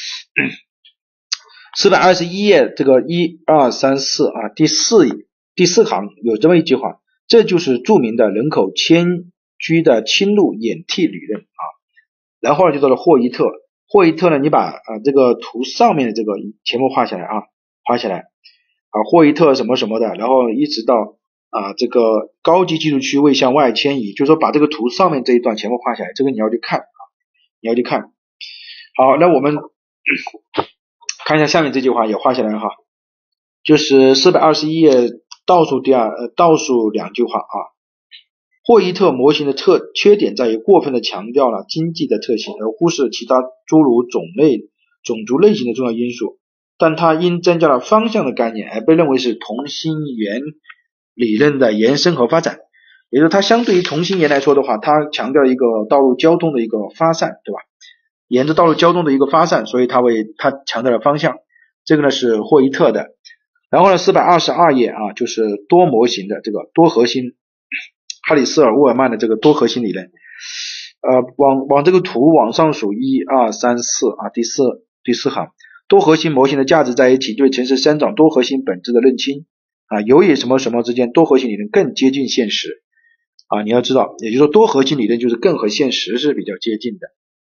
B: 四百二十一页这个一二三四啊，第四第四行有这么一句话，这就是著名的人口迁居的侵入演替理论啊。然后呢就到了霍伊特。霍伊特呢，你把啊这个图上面的这个题目画下来啊，画下来啊，霍伊特什么什么的，然后一直到啊这个高级居住区未向外迁移，就是说把这个图上面这一段全部画下来，这个你要去看啊，你要去看。好，那我们看一下下面这句话也画下来哈，就是四百二十一页倒数第二呃倒数两句话啊。霍伊特模型的特缺点在于过分的强调了经济的特性，而忽视其他诸如种类、种族类型的重要因素。但它因增加了方向的概念，而被认为是同心圆理论的延伸和发展。也就是它相对于同心圆来说的话，它强调一个道路交通的一个发散，对吧？沿着道路交通的一个发散，所以它为它强调了方向。这个呢是霍伊特的。然后呢四百二十二页啊，就是多模型的这个多核心。哈里斯尔沃尔曼的这个多核心理论，呃，往往这个图往上数一二三四啊，第四第四行，多核心模型的价值在于其对城市生长多核心本质的认清啊，由于什么什么之间，多核心理论更接近现实啊，你要知道，也就是说多核心理论就是更和现实是比较接近的。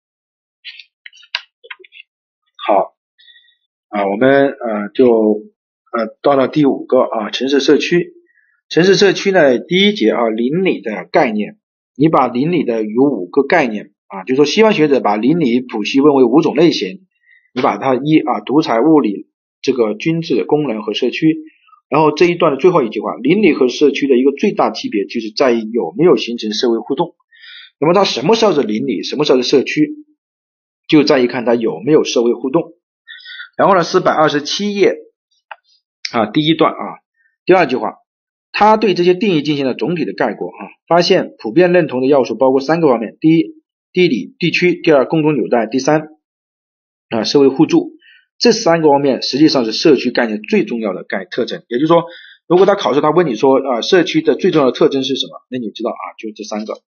B: 好啊，我们呃就呃到了第五个啊，城市社区。城市社区呢，第一节啊，邻里的概念，你把邻里的有五个概念啊，就是说西方学者把邻里谱系分为五种类型，你把它一啊，独裁、物理、这个均质、功能和社区。然后这一段的最后一句话，邻里和社区的一个最大区别就是在于有没有形成社会互动。那么它什么时候是邻里，什么时候是社区，就在于看它有没有社会互动。然后呢四百二十七页啊，第一段啊，第二句话。他对这些定义进行了总体的概括啊，发现普遍认同的要素包括三个方面：第一，地理地区；第二，共同纽带；第三啊，社会互助。这三个方面实际上是社区概念最重要的概特征。也就是说，如果他考试他问你说啊，社区的最重要的特征是什么？那你知道啊，就这三个。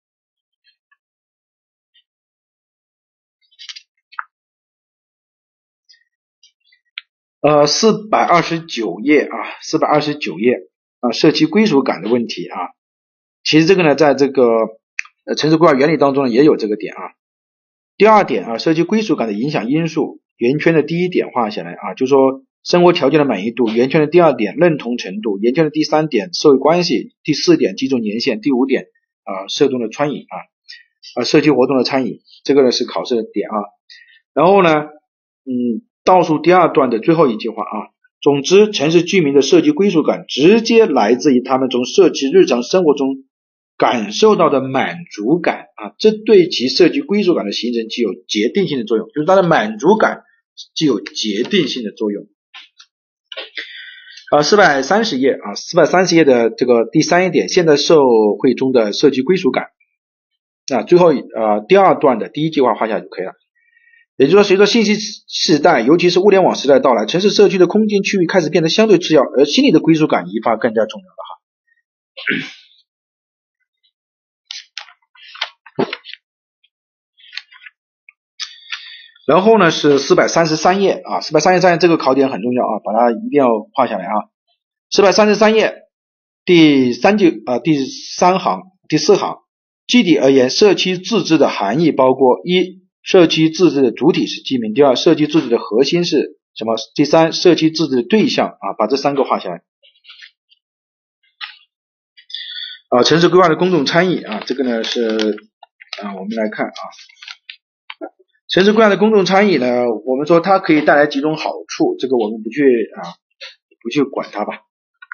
B: 呃，四百二十九页啊，四百二十九页。啊，社区归属感的问题啊，其实这个呢，在这个呃城市规划原理当中呢也有这个点啊。第二点啊，社区归属感的影响因素，圆圈的第一点画下来啊，就是说生活条件的满意度，圆圈的第二点认同程度，圆圈的第三点社会关系，第四点集中年限，第五点啊社动的参与啊啊社区活动的参与，这个呢是考试的点啊。然后呢，嗯，倒数第二段的最后一句话啊。总之，城市居民的社区归属感直接来自于他们从社区日常生活中感受到的满足感啊，这对其社区归属感的形成具有决定性的作用，就是它的满足感具有决定性的作用。啊，四百三十页啊，四百三十页的这个第三一点，现代社会中的社区归属感。啊，最后呃第二段的第一句话画下就可以了。也就是说，随着信息时代，尤其是物联网时代的到来，城市社区的空间区域开始变得相对次要，而心理的归属感一发更加重要了哈。 然后呢是四百三十三页啊，四百三十三页这个考点很重要啊，把它一定要画下来啊。四百三十三页第三句啊第三行第四行，具体而言，社区自治的含义包括：一、社区自治的主体是居民；第二，社区自治的核心是什么？第三，社区自治的对象啊，把这三个画下来。啊，城市规划的公众参与啊，这个呢是啊，我们来看啊。城市规划的公众参与呢，我们说它可以带来几种好处，这个我们不去啊，不去管它吧。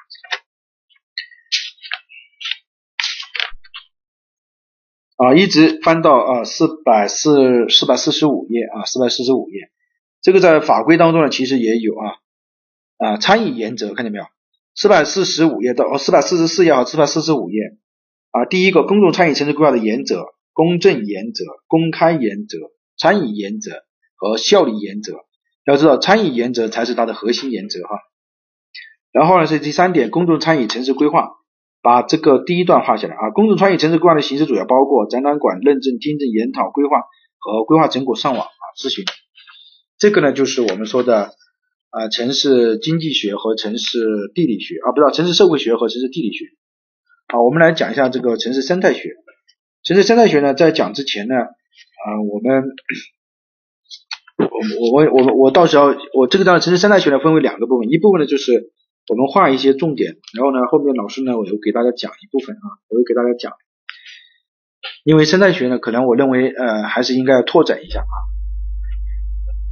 B: 啊，一直翻到啊四百四四百四十五页啊，四百四十五页，这个在法规当中呢，其实也有啊啊参与原则，看见没有？四百四十五页到哦四百四十四页和四百四十五页啊，第一个公众参与城市规划的原则：公正原则、公开原则、参与原则和效力原则。要知道参与原则才是它的核心原则哈。然后呢是第三点，公众参与城市规划，把这个第一段画下来啊。公众参与城市规划的形式主要包括展览馆、认证、听证、研讨、规划和规划成果上网啊咨询。这个呢就是我们说的啊城市经济学和城市地理学啊，不知道城市社会学和城市地理学。好，我们来讲一下这个城市生态学。城市生态学呢，在讲之前呢，啊，我们我我我我到时候我这个的城市生态学呢分为两个部分，一部分呢就是我们画一些重点，然后呢后面老师呢我会给大家讲一部分啊，我会给大家讲。因为生态学呢，可能我认为呃还是应该拓展一下啊。